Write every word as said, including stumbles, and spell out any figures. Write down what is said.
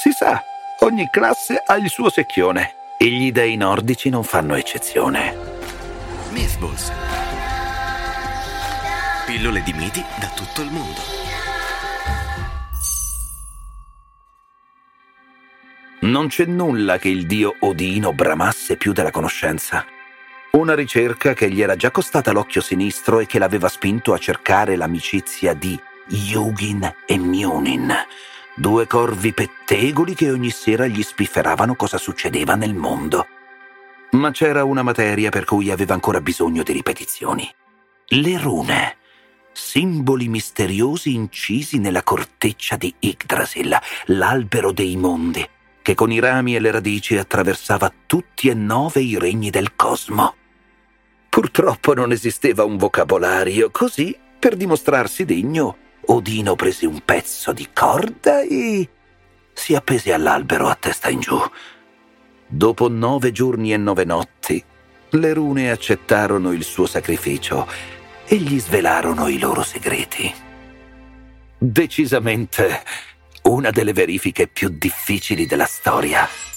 Si sa, ogni classe ha il suo secchione e gli dei nordici non fanno eccezione. Mythballs. Pillole di miti da tutto il mondo. Non c'è nulla che il dio Odino bramasse più della conoscenza. Una ricerca che gli era già costata l'occhio sinistro e che l'aveva spinto a cercare l'amicizia di Hugin e Munin, due corvi pettegoli che ogni sera gli spifferavano cosa succedeva nel mondo. Ma c'era una materia per cui aveva ancora bisogno di ripetizioni. Le rune, simboli misteriosi incisi nella corteccia di Yggdrasil, l'albero dei mondi, che con i rami e le radici attraversava tutti e nove i regni del cosmo. Purtroppo non esisteva un vocabolario, così, per dimostrarsi degno, Odino prese un pezzo di corda e si appese all'albero a testa in giù. Dopo nove giorni e nove notti, le rune accettarono il suo sacrificio e gli svelarono i loro segreti. Decisamente una delle verifiche più difficili della storia.